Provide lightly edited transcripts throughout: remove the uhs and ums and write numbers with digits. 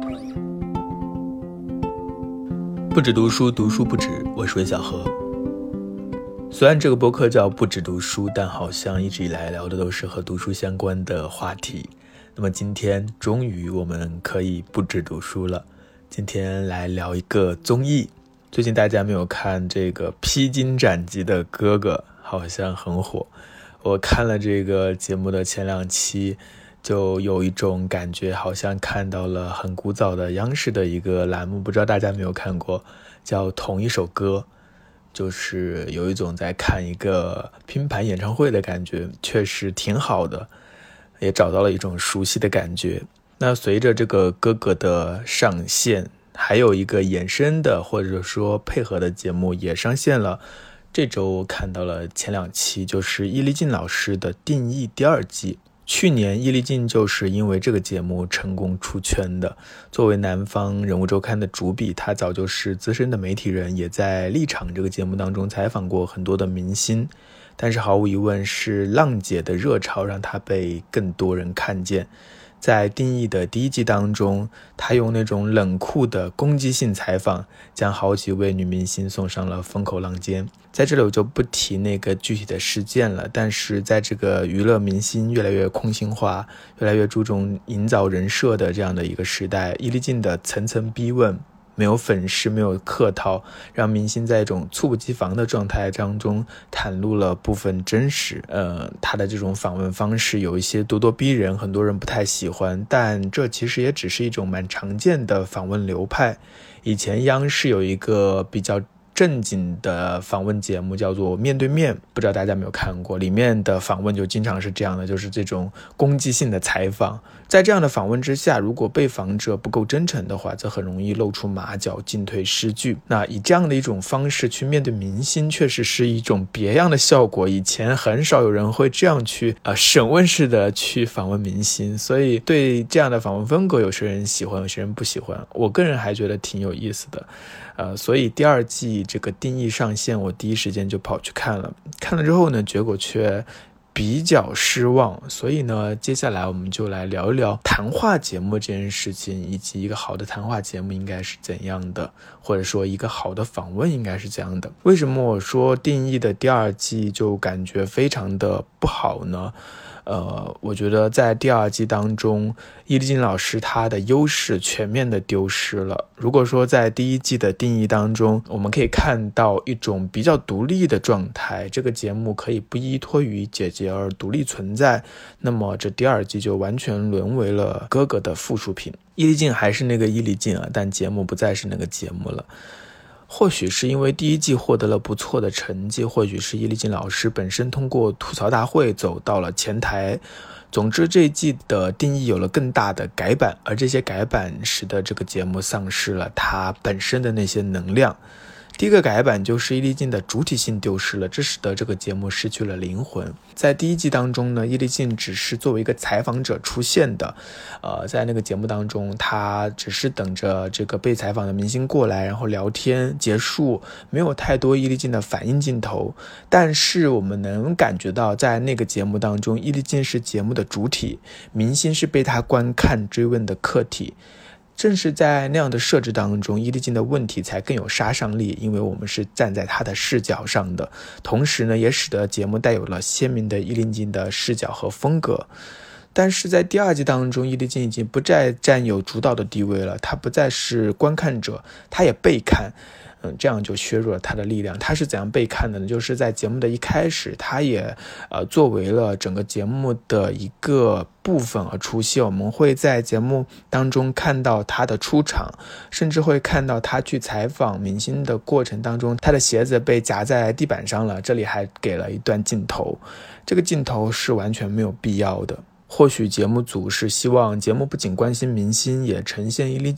不止读书，读书不止。我是魏小河。虽然这个播客叫不止读书，但好像一直以来聊的都是和读书相关的话题。那么今天终于我们可以不止读书了。今天来聊一个综艺。最近大家没有看这个披荆斩棘的哥哥，好像很火。我看了这个节目的前2期，就有一种感觉，好像看到了很古早的央视的一个栏目，不知道大家有没有看过，叫同一首歌，就是有一种在看一个拼盘演唱会的感觉，确实挺好的，也找到了一种熟悉的感觉。那随着这个哥哥的上线，还有一个衍生的或者说配合的节目也上线了。这周看到了前2期，就是伊丽静老师的定义第2季。去年伊丽静就是因为这个节目成功出圈的。作为南方人物周刊的主笔，他早就是资深的媒体人，也在立场这个节目当中采访过很多的明星。但是毫无疑问是浪姐的热潮让他被更多人看见。在定义的第1季当中，他用那种冷酷的攻击性采访，将好几位女明星送上了风口浪尖。在这里我就不提那个具体的事件了，但是在这个娱乐明星越来越空心化，越来越注重营造人设的这样的一个时代，伊丽静的层层逼问，没有粉饰，没有客套，让明星在一种猝不及防的状态当中袒露了部分真实。他的这种访问方式有一些咄咄逼人，很多人不太喜欢，但这其实也只是一种蛮常见的访问流派。以前央视有一个比较正经的访问节目叫做面对面，不知道大家有没有看过，里面的访问就经常是这样的，就是这种攻击性的采访。在这样的访问之下，如果被访者不够真诚的话，则很容易露出马脚，进退失据。那以这样的一种方式去面对明星，确实是一种别样的效果。以前很少有人会这样去审问式的去访问明星，所以对这样的访问风格，有些人喜欢，有些人不喜欢。我个人还觉得挺有意思的。所以第2季这个定义上线，我第一时间就跑去看了。看了之后呢，结果却比较失望。所以呢，接下来我们就来聊一聊谈话节目这件事情，以及一个好的谈话节目应该是怎样的，或者说一个好的访问应该是怎样的。为什么我说定义的第2季就感觉非常的不好呢？我觉得在第2季当中，伊丽静老师她的优势全面的丢失了。如果说在第1季的定义当中，我们可以看到一种比较独立的状态，这个节目可以不依托于姐姐而独立存在，那么这第2季就完全沦为了哥哥的附属品。伊丽静还是那个伊丽静但节目不再是那个节目了。或许是因为第1季获得了不错的成绩，或许是伊丽静老师本身通过吐槽大会走到了前台。总之这一季的定义有了更大的改版，而这些改版使得这个节目丧失了它本身的那些能量。第一个改版就是伊丽静的主体性丢失了，这使得这个节目失去了灵魂。在第1季当中呢，伊丽静只是作为一个采访者出现的，在那个节目当中，她只是等着这个被采访的明星过来，然后聊天结束，没有太多伊丽静的反应镜头。但是我们能感觉到，在那个节目当中，伊丽静是节目的主体，明星是被她观看追问的客体。正是在那样的设置当中，伊丽静的问题才更有杀伤力，因为我们是站在她的视角上的，同时呢，也使得节目带有了鲜明的伊丽静的视角和风格。但是在第2季当中，伊丽静已经不再占有主导的地位了，她不再是观看者，她也被看。这样就削弱了他的力量。他是怎样被看的呢？就是在节目的一开始，他也作为了整个节目的一个部分而出现。我们会在节目当中看到他的出场，甚至会看到他去采访明星的过程当中，他的鞋子被夹在地板上了，这里还给了一段镜头，这个镜头是完全没有必要的。或许节目组是希望节目不仅关心明星，也呈现伊丽静，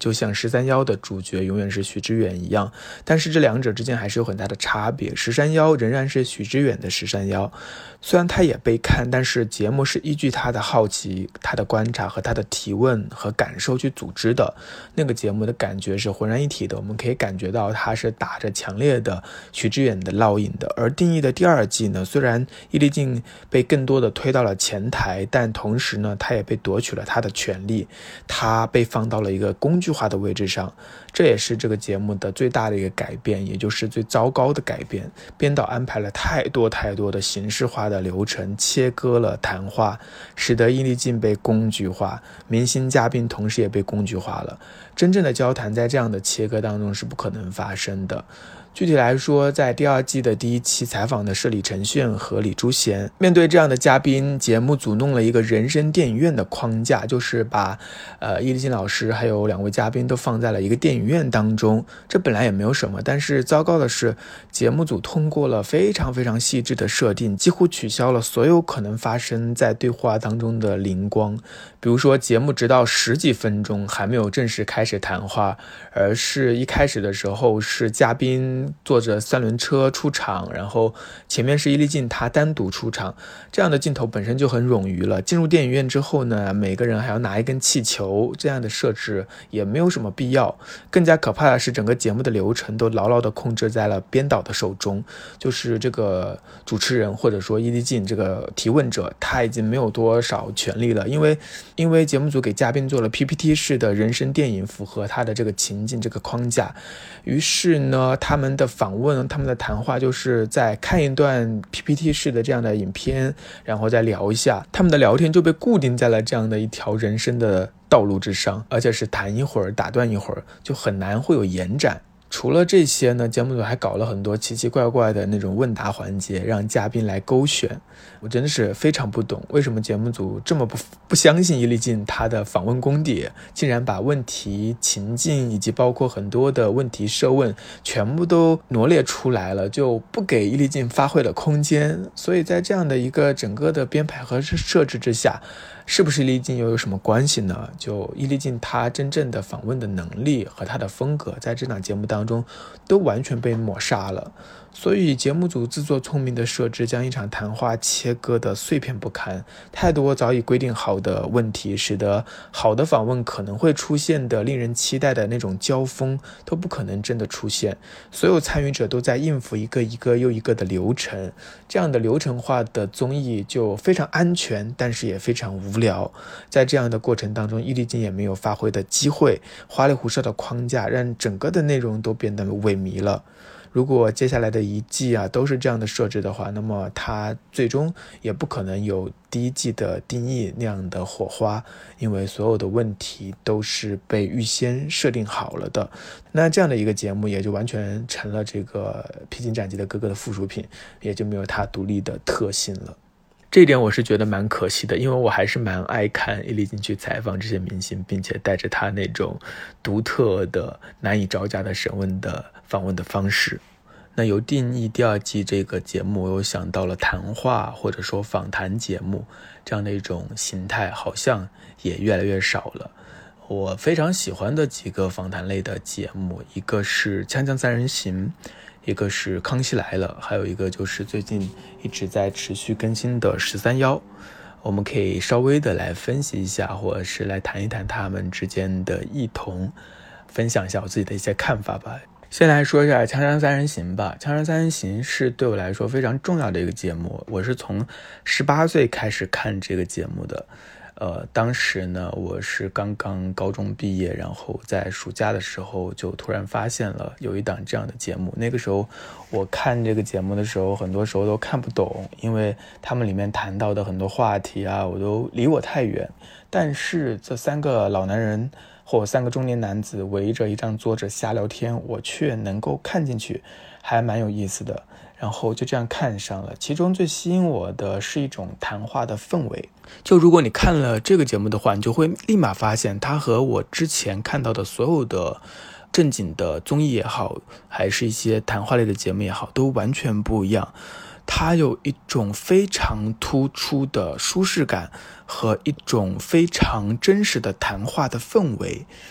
就像13妖的主角永远是许知远一样，但是这两者之间还是有很大的差别。13妖仍然是许知远的13妖，虽然他也被看，但是节目是依据他的好奇、他的观察和他的提问和感受去组织的。那个节目的感觉是浑然一体的，我们可以感觉到他是打着强烈的许知远的烙印的。而定义的第2季呢，虽然伊丽静被更多的推到了前台，但同时呢，他也被夺取了他的权利，他被放到了一个工具化的位置上。这也是这个节目的最大的一个改变，也就是最糟糕的改变。编导安排了太多的形式化的流程，切割了谈话，使得伊丽静被工具化，明星嘉宾同时也被工具化了。真正的交谈在这样的切割当中是不可能发生的。具体来说，在第2季的第1期采访的是李承铉和李珠贤。面对这样的嘉宾，节目组弄了一个人生电影院的框架，就是把伊丽静老师还有2位嘉宾都放在了一个电影院当中。这本来也没有什么，但是糟糕的是，节目组通过了非常细致的设定，几乎取消了所有可能发生在对话当中的灵光。比如说，节目直到10几分钟还没有正式开始谈话，而是一开始的时候是嘉宾坐着3轮车出场，然后前面是伊丽静她单独出场，这样的镜头本身就很冗余了。进入电影院之后呢，每个人还要拿一根气球，这样的设置也没有什么必要。更加可怕的是，整个节目的流程都牢牢地控制在了编导的手中，就是这个主持人或者说伊丽静这个提问者，他已经没有多少权利了，因为节目组给嘉宾做了 PPT 式的人生电影，符合他的这个情境这个框架。于是呢，他们的访问他们的谈话就是在看一段 PPT 式的这样的影片，然后再聊一下，他们的聊天就被固定在了这样的一条人生的道路之上，而且是谈一会儿打断一会儿，就很难会有延展。除了这些呢，节目组还搞了很多奇奇怪怪的那种问答环节，让嘉宾来勾选。我真的是非常不懂，为什么节目组这么不相信伊丽静她的访问功底，竟然把问题情境以及包括很多的问题设问全部都罗列出来了，就不给伊丽静发挥了空间。所以在这样的一个整个的编排和设置之下，是不是伊丽静又有什么关系呢？就伊丽静她真正的访问的能力和她的风格在这档节目当中都完全被抹杀了。所以节目组自作聪明的设置，将一场谈话切割的碎片不堪，太多早已规定好的问题，使得好的访问可能会出现的令人期待的那种交锋都不可能真的出现。所有参与者都在应付一个又一个的流程，这样的流程化的综艺就非常安全，但是也非常无聊。在这样的过程当中，伊丽静也没有发挥的机会，花里胡哨的框架让整个的内容都变得萎靡了。如果接下来的1季都是这样的设置的话，那么它最终也不可能有第1季的定义那样的火花，因为所有的问题都是被预先设定好了的。那这样的一个节目也就完全成了这个披荆斩棘的哥哥的附属品，也就没有它独立的特性了。这一点我是觉得蛮可惜的，因为我还是蛮爱看伊丽静去采访这些明星，并且带着他那种独特的难以招架的审问的访问的方式。那由定义第2季这个节目，我又想到了谈话或者说访谈节目这样的一种形态，好像也越来越少了。我非常喜欢的几个访谈类的节目，一个是锵锵三人行，一个是康熙来了，还有一个就是最近一直在持续更新的13妖。我们可以稍微的来分析一下，或者是来谈一谈他们之间的异同，分享一下我自己的一些看法吧。先来说一下锵锵三人行吧。锵锵三人行是对我来说非常重要的一个节目，我是从18岁开始看这个节目的。当时呢，我是刚刚高中毕业，然后在暑假的时候就突然发现了有一档这样的节目。那个时候我看这个节目的时候，很多时候都看不懂，因为他们里面谈到的很多话题我都离我太远。但是这3个老男人或3个中年男子围着一张桌子瞎聊天，我却能够看进去，还蛮有意思的。然后就这样看上了。其中最吸引我的是一种谈话的氛围，就如果你看了这个节目的话，你就会立马发现它和我之前看到的所有的正经的综艺也好，还是一些谈话类的节目也好，都完全不一样。它有一种非常突出的舒适感和一种非常真实的谈话的氛围。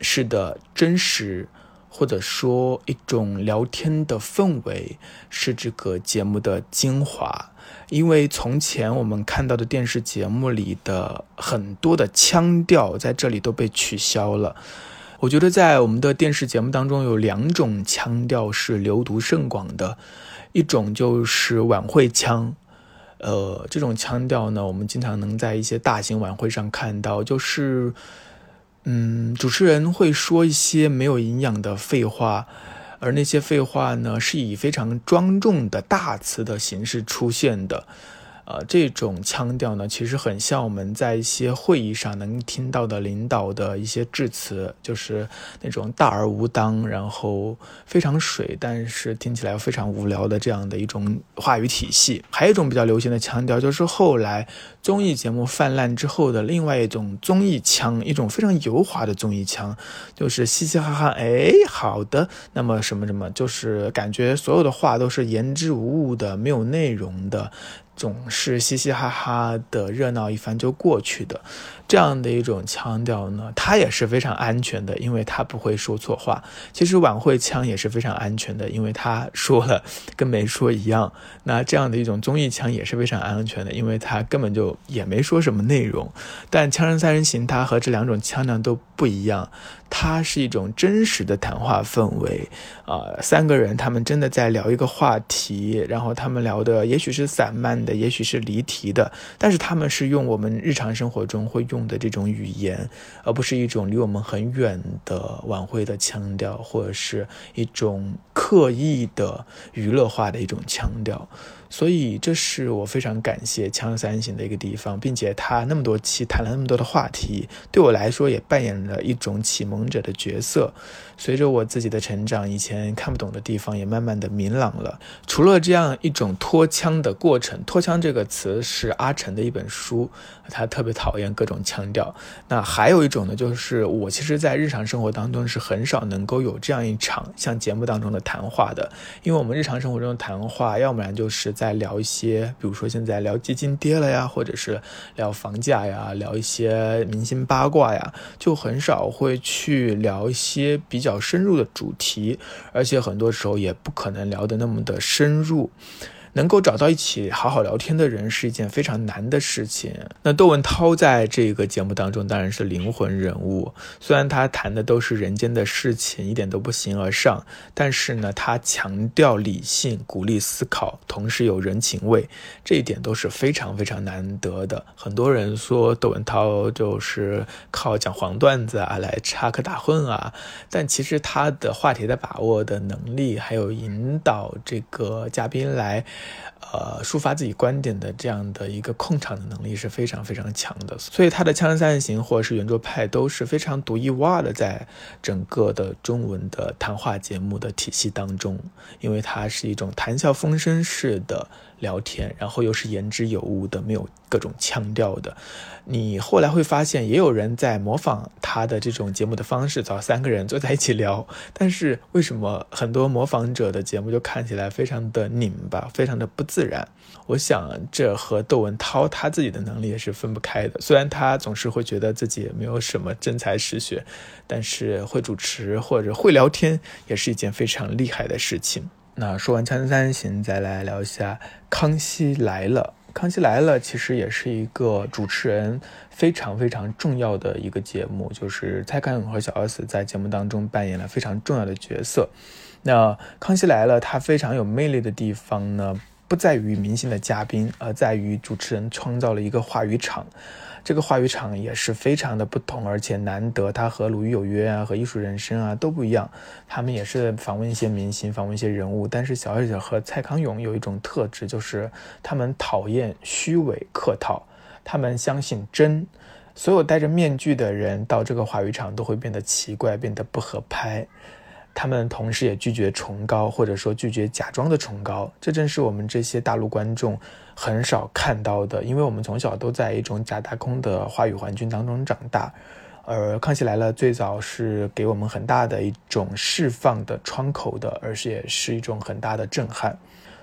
式的真实，或者说一种聊天的氛围，是这个节目的精华。因为从前我们看到的电视节目里的很多的腔调在这里都被取消了。我觉得在我们的电视节目当中有2种腔调是流毒甚广的，一种就是晚会腔。这种腔调呢，我们经常能在一些大型晚会上看到，就是主持人会说一些没有营养的废话，而那些废话呢，是以非常庄重的大词的形式出现的。这种腔调呢，其实很像我们在一些会议上能听到的领导的一些致辞，就是那种大而无当，然后非常水，但是听起来非常无聊的这样的一种话语体系。还有一种比较流行的腔调，就是后来综艺节目泛滥之后的另外一种综艺腔，一种非常油滑的综艺腔，就是嘻嘻哈哈，好的，那么什么什么，就是感觉所有的话都是言之无物的，没有内容的，总是嘻嘻哈哈的热闹一番就过去的，这样的一种腔调呢，它也是非常安全的，因为它不会说错话。其实晚会腔也是非常安全的，因为它说了跟没说一样。那这样的一种综艺腔也是非常安全的，因为它根本就也没说什么内容。但锵锵三人行它和这2种腔调都不一样，它是一种真实的谈话氛围。3个人他们真的在聊一个话题，然后他们聊的也许是散漫的，也许是离题的，但是他们是用我们日常生活中会用的这种语言，而不是一种离我们很远的晚会的腔调，或者是一种刻意的娱乐化的一种腔调。所以这是我非常感谢锵锵三人行的一个地方，并且他那么多期谈了那么多的话题，对我来说也扮演了一种启蒙者的角色。随着我自己的成长，以前看不懂的地方也慢慢的明朗了。除了这样一种脱腔的过程，脱腔这个词是阿晨的一本书，他特别讨厌各种腔调。那还有一种呢，就是我其实在日常生活当中是很少能够有这样一场像节目当中的谈话的，因为我们日常生活中的谈话，要不然就是在聊一些，比如说现在聊基金跌了呀，或者是聊房价呀，聊一些明星八卦呀，就很少会去聊一些比较深入的主题，而且很多时候也不可能聊得那么的深入。能够找到一起好好聊天的人是一件非常难的事情。那窦文涛在这个节目当中当然是灵魂人物，虽然他谈的都是人间的事情，一点都不形而上，但是呢，他强调理性，鼓励思考，同时有人情味，这一点都是非常非常难得的。很多人说窦文涛就是靠讲黄段子啊来插科打诨啊，但其实他的话题的把握的能力，还有引导这个嘉宾来抒发自己观点的这样的一个控场的能力是非常非常强的，所以他的锵锵三人行或者是圆桌派都是非常独一无二的在整个的中文的谈话节目的体系当中，因为它是一种谈笑风生式的聊天，然后又是言之有物的，没有各种腔调的。你后来会发现也有人在模仿他的这种节目的方式，找3个人坐在一起聊，但是为什么很多模仿者的节目就看起来非常的拧巴，非常的不自然？我想这和窦文涛他自己的能力也是分不开的，虽然他总是会觉得自己没有什么真才实学，但是会主持或者会聊天也是一件非常厉害的事情。那说完锵锵三人行，再来聊一下康熙来了。康熙来了其实也是一个主持人非常非常重要的一个节目，就是蔡康永和小 S 在节目当中扮演了非常重要的角色。那康熙来了它非常有魅力的地方呢，不在于明星的嘉宾，而在于主持人创造了一个话语场。这个话语场也是非常的不同，而且难得，它和鲁豫有约啊，和艺术人生啊都不一样。他们也是访问一些明星，访问一些人物，但是小 S 和蔡康永有一种特质，就是他们讨厌虚伪客套，他们相信真。所有戴着面具的人到这个话语场都会变得奇怪，变得不合拍。他们同时也拒绝崇高，或者说拒绝假装的崇高，这正是我们这些大陆观众很少看到的，因为我们从小都在一种假大空的话语环境当中长大。而康熙来了最早是给我们很大的一种释放的窗口的，而且也是一种很大的震撼。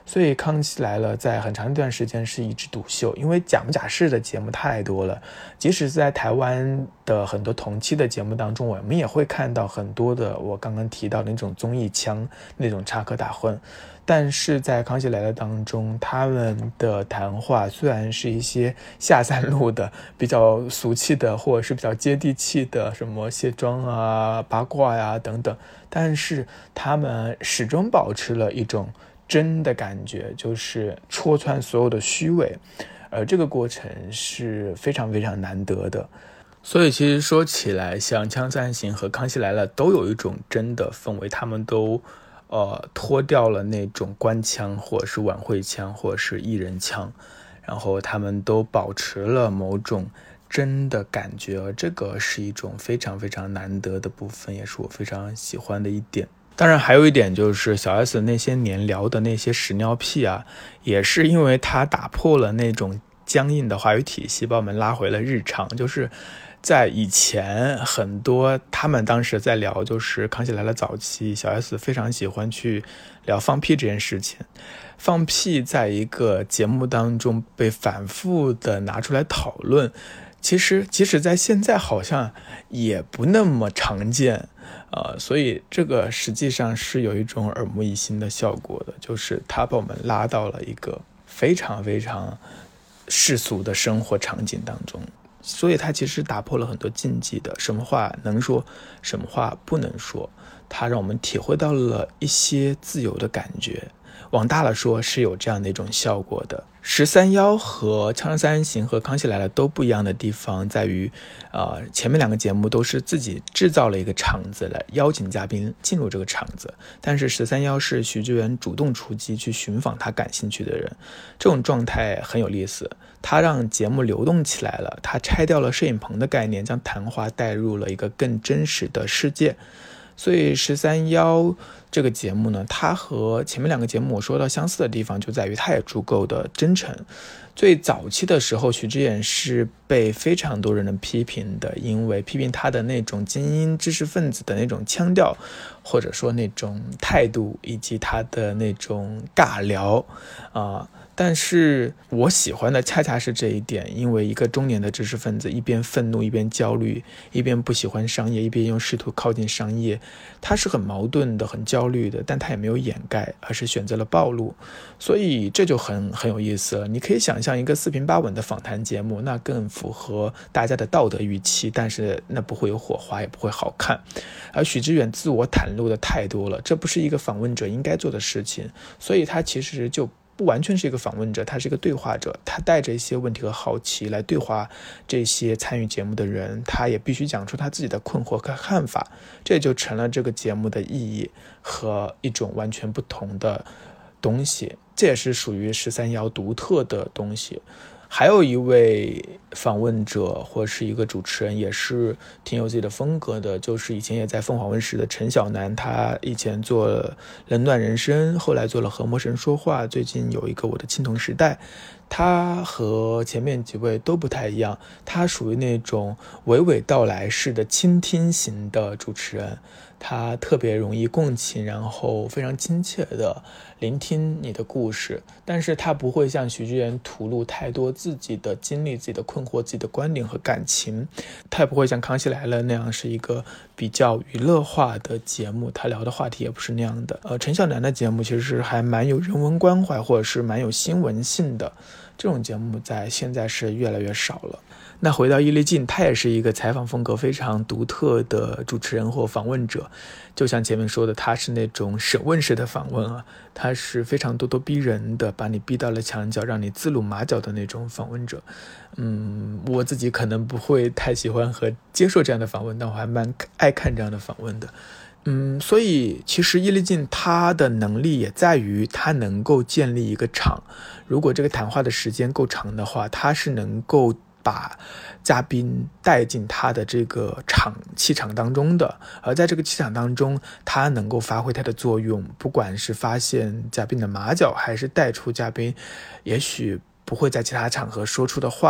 所以康熙来了在很长一段时间是一枝独秀，因为假模假式的节目太多了，即使在台湾的很多同期的节目当中，我们也会看到很多的我刚刚提到的那种综艺腔，那种插科打诨。但是在康熙来了当中，他们的谈话虽然是一些下三路的比较俗气的，或者是比较接地气的，什么卸妆啊、八卦呀等等，但是他们始终保持了一种真的感觉，就是戳穿所有的虚伪，而这个过程是非常非常难得的。所以其实说起来，像《锵三行》和《康熙来了》都有一种真的氛围，他们都脱掉了那种官腔，或者是晚会腔，或者是艺人腔，然后他们都保持了某种真的感觉，而这个是一种非常非常难得的部分，也是我非常喜欢的一点。当然还有一点就是小 S 那些年聊的那些屎尿屁啊，也是因为他打破了那种僵硬的话语体系，把我们拉回了日常。就是在以前很多他们当时在聊，就是康熙来了早期，小 S 非常喜欢去聊放屁这件事情。放屁在一个节目当中被反复的拿出来讨论，其实即使在现在好像也不那么常见，所以这个实际上是有一种耳目一新的效果的，就是它把我们拉到了一个非常非常世俗的生活场景当中，所以它其实打破了很多禁忌的，什么话能说，什么话不能说，它让我们体会到了一些自由的感觉。往大了说是有这样的一种效果的。13邀和锵三行和康熙来了都不一样的地方在于，前面两个节目都是自己制造了一个场子来邀请嘉宾进入这个场子，但是13邀是许知远主动出击去寻访他感兴趣的人，这种状态很有意思，他让节目流动起来了，他拆掉了摄影棚的概念，将谈话带入了一个更真实的世界。所以13邀这个节目呢，它和前面两个节目我说到相似的地方就在于它也足够的真诚。最早期的时候，许知远是被非常多人的批评的，因为批评他的那种精英知识分子的那种腔调，或者说那种态度，以及他的那种尬聊但是我喜欢的恰恰是这一点，因为一个中年的知识分子一边愤怒一边焦虑，一边不喜欢商业，一边又试图靠近商业，他是很矛盾的，很焦虑的，但他也没有掩盖，而是选择了暴露，所以这就很有意思了。你可以想象一个四平八稳的访谈节目，那更符合大家的道德预期，但是那不会有火花，也不会好看。而许知远自我袒露的太多了，这不是一个访问者应该做的事情，所以他其实就不完全是一个访问者，他是一个对话者，他带着一些问题和好奇来对话这些参与节目的人，他也必须讲出他自己的困惑和看法，这就成了这个节目的意义和一种完全不同的东西，这也是属于13邀独特的东西。还有一位访问者或是一个主持人也是挺有自己的风格的，就是以前也在凤凰卫视的陈晓楠，他以前做了冷暖人生，后来做了和陌生人说话，最近有一个我的青铜时代。他和前面几位都不太一样，他属于那种娓娓道来式的倾听型的主持人，他特别容易共情，然后非常亲切的聆听你的故事，但是他不会像许知远吐露太多自己的经历、自己的困惑、自己的观点和感情，他也不会像康熙来了那样是一个比较娱乐化的节目，他聊的话题也不是那样的。陈晓楠的节目其实还蛮有人文关怀，或者是蛮有新闻性的，这种节目在现在是越来越少了。那回到伊丽静，他也是一个采访风格非常独特的主持人或访问者，就像前面说的，他是那种审问式的访问啊，他是非常咄咄逼人的，把你逼到了墙角，让你自露马脚的那种访问者。我自己可能不会太喜欢和接受这样的访问，但我还蛮爱看这样的访问的。所以其实伊丽静他的能力也在于他能够建立一个场，如果这个谈话的时间够长的话，他是能够把嘉宾带进他的这个气场当中的，而在这个气场当中，他能够发挥他的作用，不管是发现嘉宾的马脚，还是带出嘉宾也许不会在其他场合说出的话，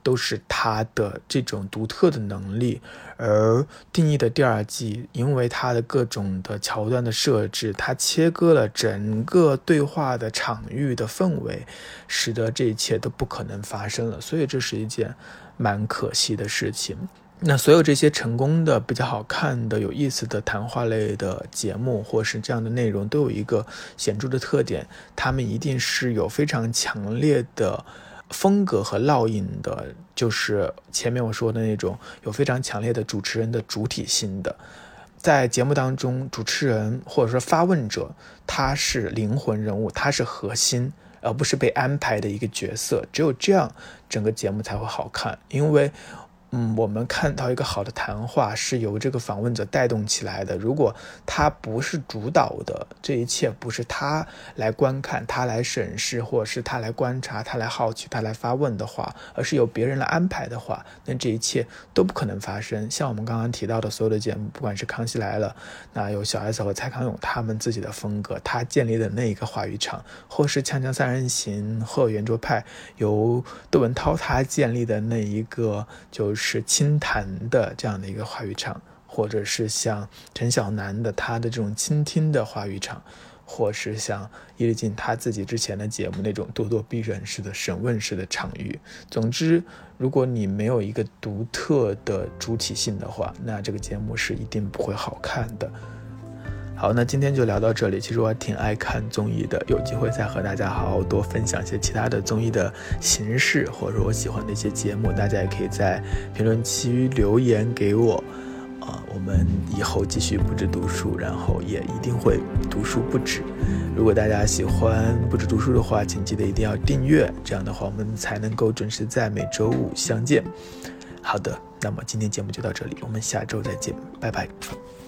都是他的这种独特的能力。而定义的第二季，因为它的各种的桥段的设置，它切割了整个对话的场域的氛围，使得这一切都不可能发生了，所以这是一件蛮可惜的事情。那所有这些成功的、比较好看的、有意思的谈话类的节目，或是这样的内容，都有一个显著的特点，他们一定是有非常强烈的风格和烙印的，就是前面我说的那种有非常强烈的主持人的主体性的。在节目当中，主持人或者说发问者，他是灵魂人物，他是核心，而不是被安排的一个角色。只有这样，整个节目才会好看。因为我们看到一个好的谈话是由这个访问者带动起来的，如果他不是主导的，这一切不是他来观看、他来审视，或者是他来观察、他来好奇、他来发问的话，而是由别人来安排的话，那这一切都不可能发生。像我们刚刚提到的所有的节目，不管是康熙来了，那有小 S 和蔡康永他们自己的风格，他建立的那一个话语场，或是锵锵三人行和圆桌派由窦文涛他建立的那一个就是清谈的这样的一个话语场，或者是像陈小南的他的这种倾听的话语场，或是像伊丽静他自己之前的节目那种咄咄逼人式的审问式的场域。总之，如果你没有一个独特的主体性的话，那这个节目是一定不会好看的。好，那今天就聊到这里。其实我挺爱看综艺的，有机会再和大家好好多分享一些其他的综艺的形式，或者我喜欢的一些节目，大家也可以在评论区留言给我。我们以后继续不止读书，然后也一定会读书不止。如果大家喜欢不止读书的话，请记得一定要订阅，这样的话我们才能够准时在每周五相见。好的，那么今天节目就到这里，我们下周再见，拜拜。